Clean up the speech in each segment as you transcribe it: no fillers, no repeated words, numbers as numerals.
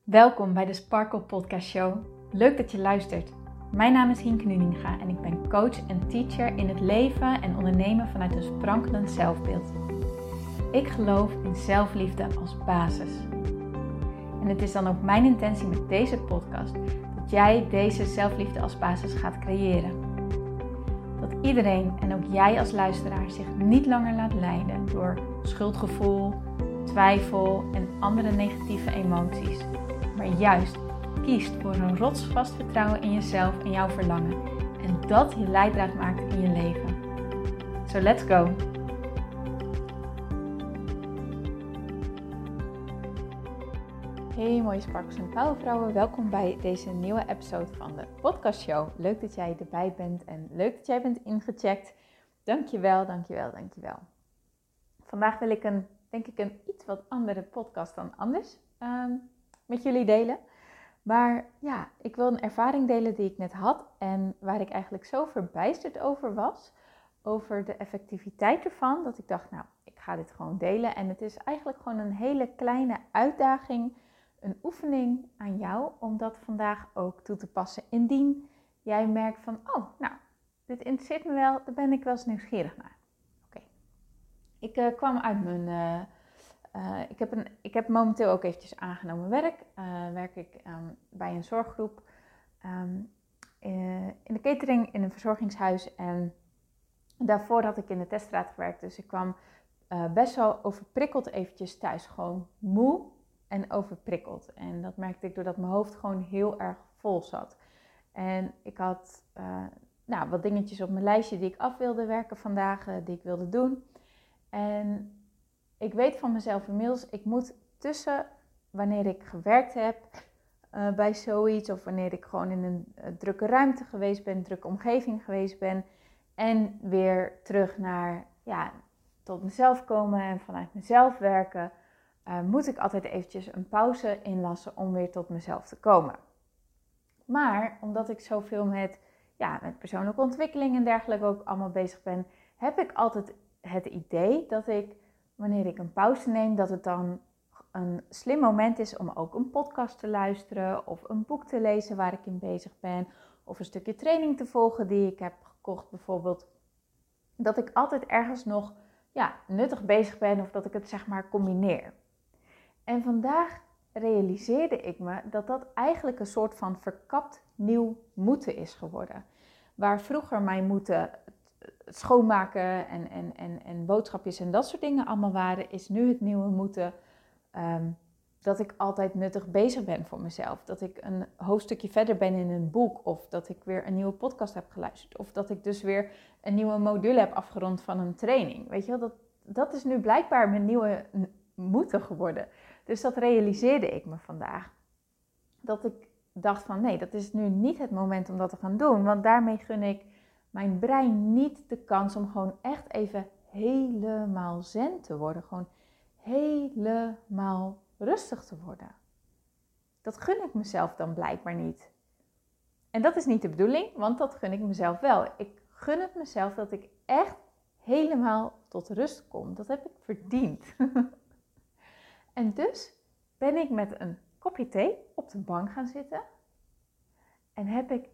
Welkom bij de Sparkle Podcast Show. Leuk dat je luistert. Mijn naam is Hienke Nuninga en ik ben coach en teacher in het leven en ondernemen vanuit een sprankelend zelfbeeld. Ik geloof in zelfliefde als basis. En het is dan ook mijn intentie met deze podcast dat jij deze zelfliefde als basis gaat creëren. Dat iedereen en ook jij als luisteraar zich niet langer laat leiden door schuldgevoel, twijfel en andere negatieve emoties. Maar juist kiest voor een rotsvast vertrouwen in jezelf en jouw verlangen. En dat je leidraad maakt in je leven. So let's go! Hey mooie sparkels en powervrouwen, welkom bij deze nieuwe episode van de podcast show. Leuk dat jij erbij bent en leuk dat jij bent ingecheckt. Dankjewel. Vandaag wil ik een iets wat andere podcast dan anders met jullie delen. Maar ja, ik wil een ervaring delen die ik net had en waar ik eigenlijk zo verbijsterd over was. Over de effectiviteit ervan, dat ik dacht, nou, ik ga dit gewoon delen. En het is eigenlijk gewoon een hele kleine uitdaging, een oefening aan jou, om dat vandaag ook toe te passen. Indien jij merkt van, oh, nou, dit interesseert me wel, daar ben ik wel eens nieuwsgierig naar. Oké. Ik kwam uit mijn... Ik heb momenteel ook eventjes aangenomen werk. Werk ik bij een zorggroep in de catering in een verzorgingshuis. En daarvoor had ik in de teststraat gewerkt. Dus ik kwam best wel overprikkeld eventjes thuis. Gewoon moe en overprikkeld. En dat merkte ik doordat mijn hoofd gewoon heel erg vol zat. En ik had wat dingetjes op mijn lijstje die ik af wilde werken vandaag, die ik wilde doen. En ik weet van mezelf inmiddels, ik moet tussen wanneer ik gewerkt heb bij zoiets, of wanneer ik gewoon in een drukke ruimte geweest ben, drukke omgeving geweest ben, en weer terug naar, tot mezelf komen en vanuit mezelf werken, moet ik altijd eventjes een pauze inlassen om weer tot mezelf te komen. Maar omdat ik zoveel met persoonlijke ontwikkeling en dergelijke ook allemaal bezig ben, heb ik altijd het idee dat ik, wanneer ik een pauze neem, dat het dan een slim moment is om ook een podcast te luisteren of een boek te lezen waar ik in bezig ben, of een stukje training te volgen die ik heb gekocht bijvoorbeeld. Dat ik altijd ergens nog nuttig bezig ben of dat ik het combineer. En vandaag realiseerde ik me dat dat eigenlijk een soort van verkapt nieuw moeten is geworden. Waar vroeger mijn moeten schoonmaken en boodschapjes en dat soort dingen allemaal waren, is nu het nieuwe moeten dat ik altijd nuttig bezig ben voor mezelf. Dat ik een hoofdstukje verder ben in een boek, of dat ik weer een nieuwe podcast heb geluisterd, of dat ik dus weer een nieuwe module heb afgerond van een training. Weet je wel, dat is nu blijkbaar mijn nieuwe moeten geworden. Dus dat realiseerde ik me vandaag. Dat ik dacht van nee, dat is nu niet het moment om dat te gaan doen, want daarmee gun ik mijn brein niet de kans om gewoon echt even helemaal zen te worden. Gewoon helemaal rustig te worden. Dat gun ik mezelf dan blijkbaar niet. En dat is niet de bedoeling, want dat gun ik mezelf wel. Ik gun het mezelf dat ik echt helemaal tot rust kom. Dat heb ik verdiend. En dus ben ik met een kopje thee op de bank gaan zitten. En heb ik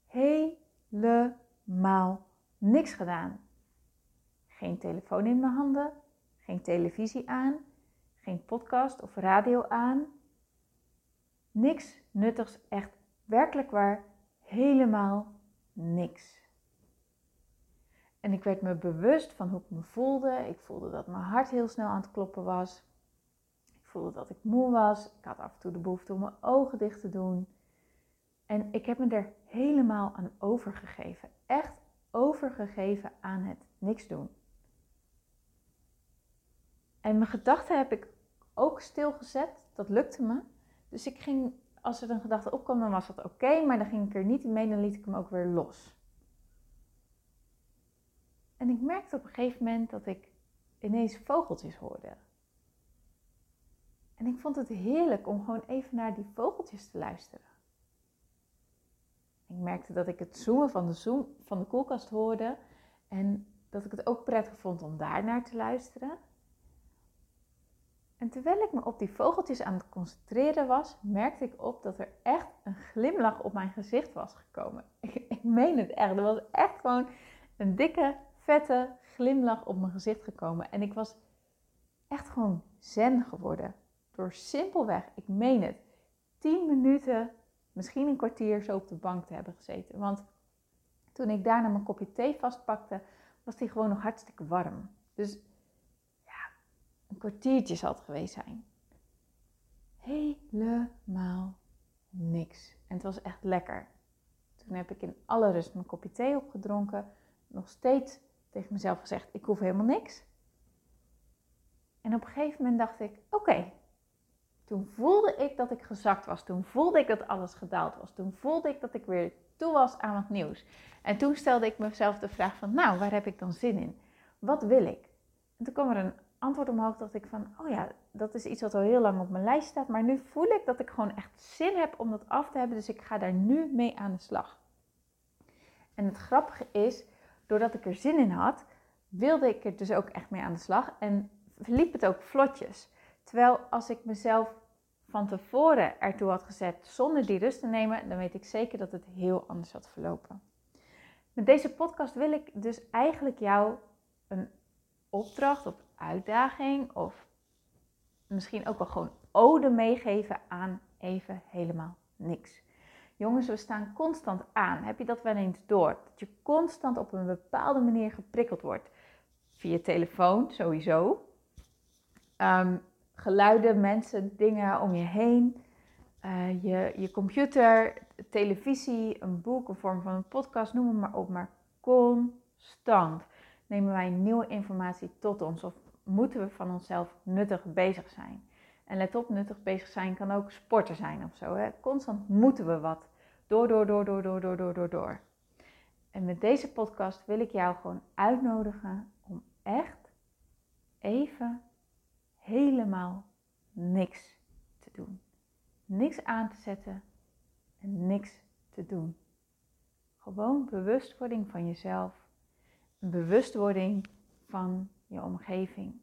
helemaal niks gedaan. Geen telefoon in mijn handen, geen televisie aan, geen podcast of radio aan. Niks nuttigs, echt werkelijk waar, helemaal niks. En ik werd me bewust van hoe ik me voelde. Ik voelde dat mijn hart heel snel aan het kloppen was. Ik voelde dat ik moe was. Ik had af en toe de behoefte om mijn ogen dicht te doen. En ik heb me er helemaal aan overgegeven. Echt overgegeven aan het niks doen. En mijn gedachten heb ik ook stilgezet. Dat lukte me. Dus ik ging, als er een gedachte opkwam, dan was dat oké. Maar dan ging ik er niet in mee, dan liet ik hem ook weer los. En ik merkte op een gegeven moment dat ik ineens vogeltjes hoorde. En ik vond het heerlijk om gewoon even naar die vogeltjes te luisteren. Ik merkte dat ik het zoomen van de koelkast hoorde. En dat ik het ook prettig vond om daar naar te luisteren. En terwijl ik me op die vogeltjes aan het concentreren was, merkte ik op dat er echt een glimlach op mijn gezicht was gekomen. Ik meen het echt. Er was echt gewoon een dikke, vette glimlach op mijn gezicht gekomen. En ik was echt gewoon zen geworden. Door simpelweg, ik meen het, 10 minuten, misschien een kwartier zo op de bank te hebben gezeten. Want toen ik daarna mijn kopje thee vastpakte, was die gewoon nog hartstikke warm. Dus ja, een kwartiertje zal het geweest zijn. Helemaal niks. En het was echt lekker. Toen heb ik in alle rust mijn kopje thee opgedronken. Nog steeds tegen mezelf gezegd, ik hoef helemaal niks. En op een gegeven moment dacht ik, oké. Toen voelde ik dat ik gezakt was. Toen voelde ik dat alles gedaald was. Toen voelde ik dat ik weer toe was aan wat nieuws. En toen stelde ik mezelf de vraag van, nou, waar heb ik dan zin in? Wat wil ik? En toen kwam er een antwoord omhoog dat ik van, oh ja, dat is iets wat al heel lang op mijn lijst staat. Maar nu voel ik dat ik gewoon echt zin heb om dat af te hebben. Dus ik ga daar nu mee aan de slag. En het grappige is, doordat ik er zin in had, wilde ik er dus ook echt mee aan de slag. En liep het ook vlotjes. Terwijl als ik mezelf van tevoren ertoe had gezet zonder die rust te nemen, dan weet ik zeker dat het heel anders had verlopen. Met deze podcast wil ik dus eigenlijk jou een opdracht of uitdaging of misschien ook wel gewoon ode meegeven aan even helemaal niks. Jongens, we staan constant aan. Heb je dat wel eens door? Dat je constant op een bepaalde manier geprikkeld wordt. Via telefoon sowieso. Geluiden, mensen, dingen om je heen. Je computer, televisie, een boek, een vorm van een podcast, noem het maar op. Maar constant nemen wij nieuwe informatie tot ons of moeten we van onszelf nuttig bezig zijn. En let op, nuttig bezig zijn kan ook sporten zijn of zo. Hè? Constant moeten we wat. Door. En met deze podcast wil ik jou gewoon uitnodigen om echt even helemaal niks te doen. Niks aan te zetten en niks te doen. Gewoon bewustwording van jezelf. Een bewustwording van je omgeving.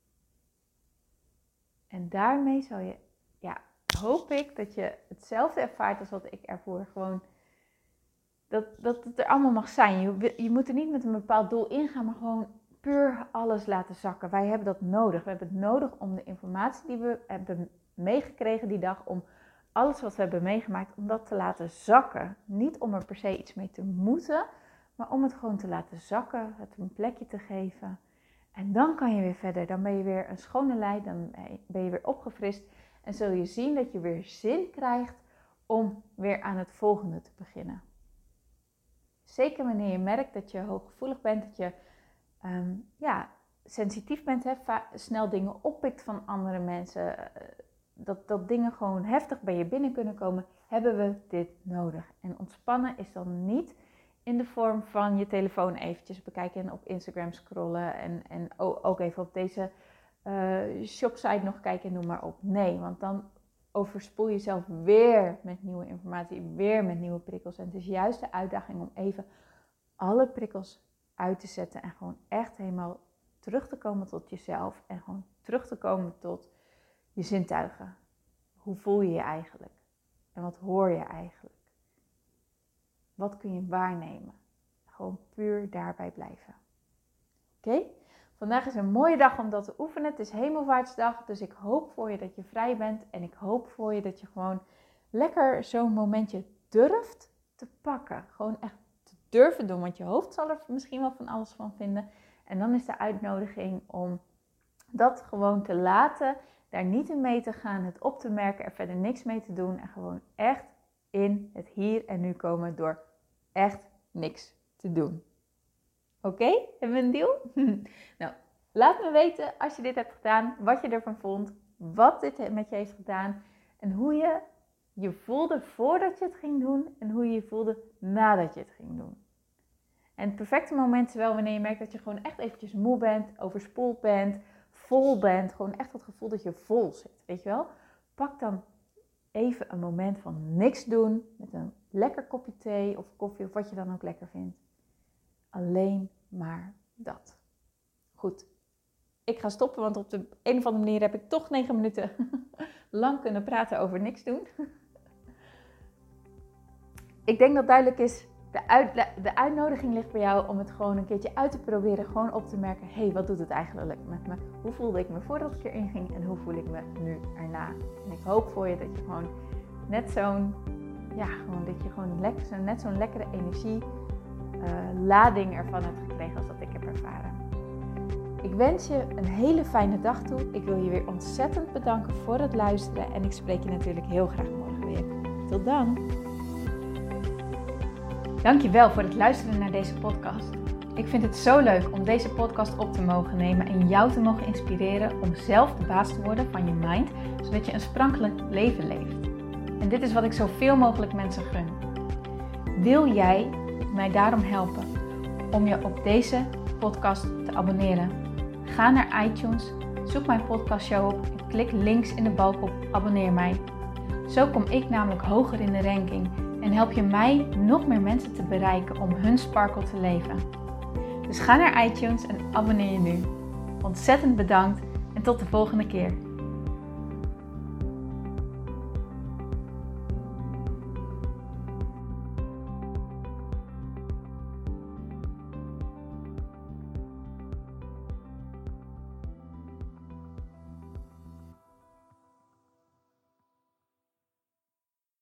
En daarmee zal je, hoop ik dat je hetzelfde ervaart als wat ik ervoor. Gewoon dat het er allemaal mag zijn. Je moet er niet met een bepaald doel ingaan, maar gewoon puur alles laten zakken. Wij hebben dat nodig. We hebben het nodig om de informatie die we hebben meegekregen die dag, om alles wat we hebben meegemaakt, om dat te laten zakken. Niet om er per se iets mee te moeten, maar om het gewoon te laten zakken, het een plekje te geven. En dan kan je weer verder. Dan ben je weer een schone lei, dan ben je weer opgefrist. En zul je zien dat je weer zin krijgt om weer aan het volgende te beginnen. Zeker wanneer je merkt dat je hooggevoelig bent, dat je sensitief bent, snel dingen oppikt van andere mensen, dat dingen gewoon heftig bij je binnen kunnen komen, hebben we dit nodig. En ontspannen is dan niet in de vorm van je telefoon eventjes bekijken en op Instagram scrollen en ook even op deze shopsite nog kijken en noem maar op. Nee, want dan overspoel je jezelf weer met nieuwe informatie, weer met nieuwe prikkels. En het is juist de uitdaging om even alle prikkels uit te zetten en gewoon echt helemaal terug te komen tot jezelf en gewoon terug te komen tot je zintuigen. Hoe voel je je eigenlijk? En wat hoor je eigenlijk? Wat kun je waarnemen? Gewoon puur daarbij blijven. Oké? Vandaag is een mooie dag om dat te oefenen. Het is Hemelvaartsdag, dus ik hoop voor je dat je vrij bent. En ik hoop voor je dat je gewoon lekker zo'n momentje durft te pakken. Gewoon echt te durven doen, want je hoofd zal er misschien wel van alles van vinden. En dan is de uitnodiging om dat gewoon te laten, daar niet in mee te gaan, het op te merken, er verder niks mee te doen. En gewoon echt in het hier en nu komen door echt niks te doen. Oké? Hebben we een deal? Nou, laat me weten als je dit hebt gedaan, wat je ervan vond, wat dit met je heeft gedaan en hoe je je voelde voordat je het ging doen en hoe je je voelde nadat je het ging doen. En het perfecte moment is wel wanneer je merkt dat je gewoon echt eventjes moe bent, overspoeld bent, vol bent, gewoon echt het gevoel dat je vol zit, weet je wel? Pak dan even een moment van niks doen, met een lekker kopje thee of koffie of wat je dan ook lekker vindt. Alleen maar dat. Goed. ik ga stoppen, want op de een of andere manier heb ik toch 9 minuten lang kunnen praten over niks doen. Ik denk dat duidelijk is, de uitnodiging ligt bij jou om het gewoon een keertje uit te proberen. Gewoon op te merken, hé, wat doet het eigenlijk met me? Hoe voelde ik me voordat ik erin ging en hoe voel ik me nu erna? En ik hoop voor je dat je gewoon net zo'n lekkere energie lading ervan hebt gekregen als dat ik heb ervaren. Ik wens je een hele fijne dag toe. Ik wil je weer ontzettend bedanken voor het luisteren en ik spreek je natuurlijk heel graag morgen weer. Tot dan! Dankjewel voor het luisteren naar deze podcast. Ik vind het zo leuk om deze podcast op te mogen nemen en jou te mogen inspireren om zelf de baas te worden van je mind, zodat je een sprankelijk leven leeft. En dit is wat ik zoveel mogelijk mensen gun. Wil jij mij daarom helpen om je op deze podcast te abonneren? Ga naar iTunes, zoek mijn podcastshow op en klik links in de balk op abonneer mij. Zo kom ik namelijk hoger in de ranking en help je mij nog meer mensen te bereiken om hun sparkle te leven. Dus ga naar iTunes en abonneer je nu. Ontzettend bedankt en tot de volgende keer.